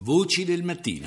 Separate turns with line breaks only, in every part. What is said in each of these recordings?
Voci del mattino.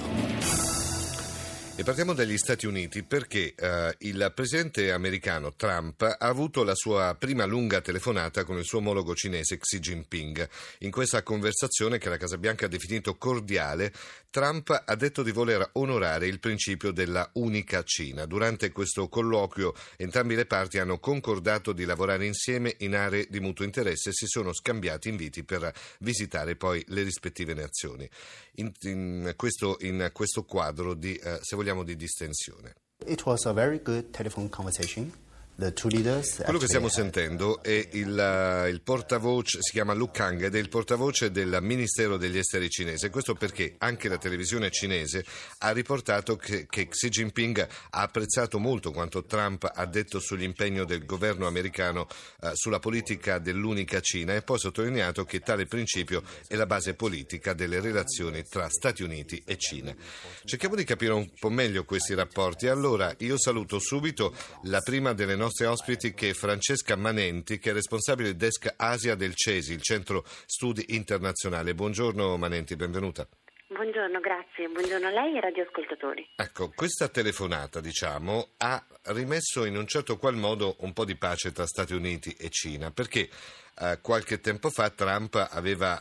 E partiamo dagli Stati Uniti perché il presidente americano Trump ha avuto la sua prima lunga telefonata con il suo omologo cinese Xi Jinping. In questa conversazione, che la Casa Bianca ha definito cordiale, Trump ha detto di voler onorare il principio della unica Cina. Durante questo colloquio entrambi le parti hanno concordato di lavorare insieme in aree di mutuo interesse e si sono scambiati inviti per visitare poi le rispettive nazioni. In questo quadro di, se vogliamo, di distensione.
It was a very good telephone conversation. The two leaders
Quello che stiamo sentendo è il portavoce, si chiama Lu Kang, ed è il portavoce del Ministero degli Esteri cinese. Questo perché anche la televisione cinese ha riportato che Xi Jinping ha apprezzato molto quanto Trump ha detto sull'impegno del governo americano sulla politica dell'unica Cina, e poi sottolineato che tale principio è la base politica delle relazioni tra Stati Uniti e Cina. Cerchiamo di capire un po' meglio questi rapporti. Allora, io saluto subito la prima delle nostre ospiti, che è Francesca Manenti, che è responsabile del desk Asia del CESI, il Centro Studi Internazionale. Buongiorno Manenti, benvenuta.
Buongiorno, grazie. Buongiorno a lei e ai radioascoltatori.
Ecco, questa telefonata, ha rimesso in un certo qual modo un po' di pace tra Stati Uniti e Cina, perché qualche tempo fa Trump aveva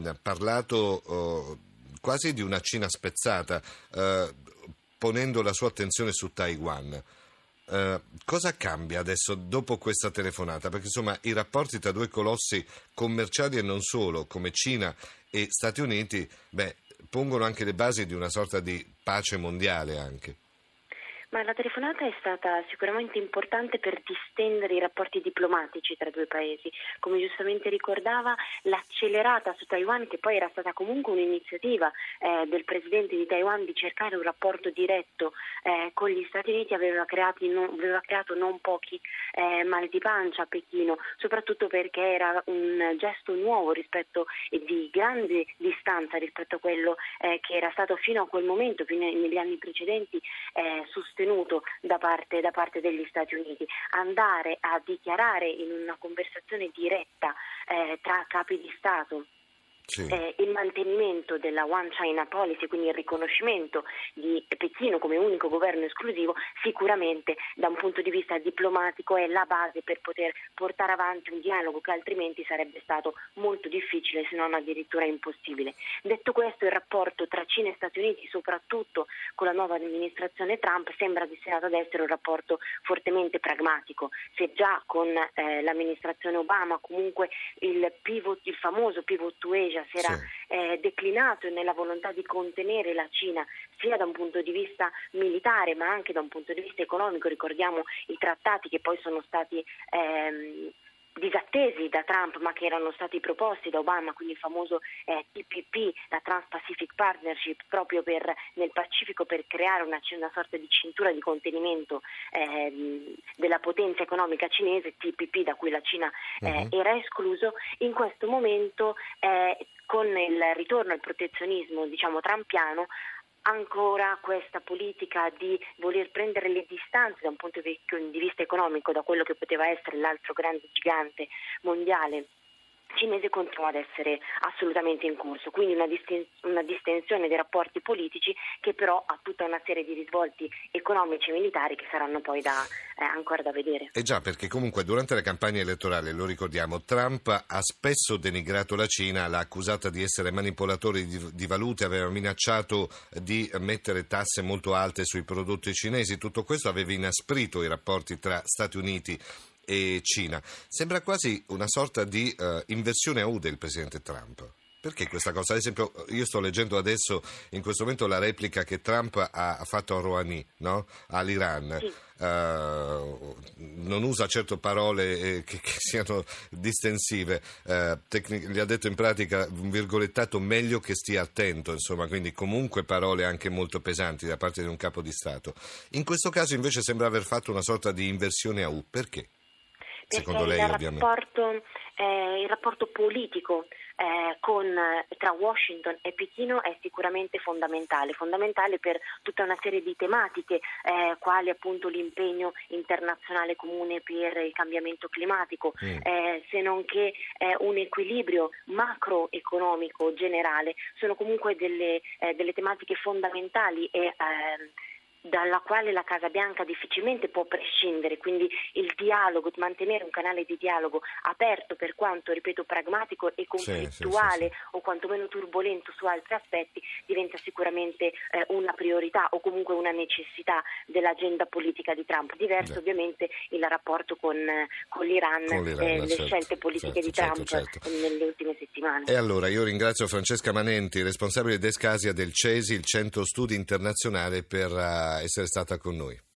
parlato quasi di una Cina spezzata, ponendo la sua attenzione su Taiwan. Cosa cambia adesso dopo questa telefonata? Perché insomma i rapporti tra due colossi commerciali e non solo, come Cina e Stati Uniti, pongono anche le basi di una sorta di pace mondiale anche.
Ma la telefonata è stata sicuramente importante per distendere i rapporti diplomatici tra due paesi. Come giustamente ricordava, l'accelerata su Taiwan, che poi era stata comunque un'iniziativa del presidente di Taiwan di cercare un rapporto diretto con gli Stati Uniti, aveva creato non pochi mali di pancia a Pechino, soprattutto perché era un gesto nuovo di grande distanza rispetto a quello che era stato fino a quel momento, negli anni precedenti, sostenuto da parte degli Stati Uniti. Andare a dichiarare in una conversazione diretta tra capi di Stato il mantenimento della One China Policy, quindi il riconoscimento di Pechino come unico governo esclusivo, sicuramente da un punto di vista diplomatico è la base per poter portare avanti un dialogo che altrimenti sarebbe stato molto difficile, se non addirittura impossibile. Detto questo, il rapporto tra Cina e Stati Uniti, soprattutto con la nuova amministrazione Trump, sembra destinato ad essere un rapporto fortemente pragmatico. Se già con l'amministrazione Obama comunque il famoso pivot to Asia si era declinato nella volontà di contenere la Cina sia da un punto di vista militare ma anche da un punto di vista economico. Ricordiamo i trattati che poi sono stati disattesi da Trump ma che erano stati proposti da Obama, quindi il famoso TPP, la Trans-Pacific Partnership, proprio nel Pacifico, per creare una sorta di cintura di contenimento della potenza economica cinese, TPP, da cui la Cina era escluso. In questo momento con il ritorno al protezionismo trampiano, ancora questa politica di voler prendere le distanze da un punto di vista economico da quello che poteva essere l'altro grande gigante mondiale cinese continua ad essere assolutamente in corso, quindi una distensione dei rapporti politici che però ha tutta una serie di risvolti economici e militari che saranno poi ancora da vedere.
Già, perché comunque durante la campagna elettorale, lo ricordiamo, Trump ha spesso denigrato la Cina, l'ha accusata di essere manipolatori di valute, aveva minacciato di mettere tasse molto alte sui prodotti cinesi. Tutto questo aveva inasprito i rapporti tra Stati Uniti e Cina. Sembra quasi una sorta di inversione a U del presidente Trump. Perché questa cosa? Ad esempio, io sto leggendo adesso, in questo momento, la replica che Trump ha fatto a Rouhani, no? All'Iran.
Sì.
Non usa certo parole che siano distensive, gli ha detto in pratica un virgolettato: meglio che stia attento, insomma, quindi comunque parole anche molto pesanti da parte di un capo di Stato. In questo caso invece sembra aver fatto una sorta di inversione a U. Perché?
Perché
Secondo lei, ovviamente.
Il rapporto politico tra Washington e Pechino è sicuramente fondamentale per tutta una serie di tematiche, quali appunto l'impegno internazionale comune per il cambiamento climatico, se non che un equilibrio macroeconomico generale, sono comunque delle tematiche fondamentali e dalla quale la Casa Bianca difficilmente può prescindere, quindi il dialogo, mantenere un canale di dialogo aperto, per quanto, ripeto, pragmatico e conflittuale o quantomeno turbolento su altri aspetti, diventa sicuramente una priorità o comunque una necessità dell'agenda politica di Trump. Diverso ovviamente il rapporto con l'Iran, le scelte politiche di Trump nelle ultime settimane.
E allora io ringrazio Francesca Manenti, responsabile d'Escasia del CESI, il Centro Studi Internazionale, per essere stata con noi.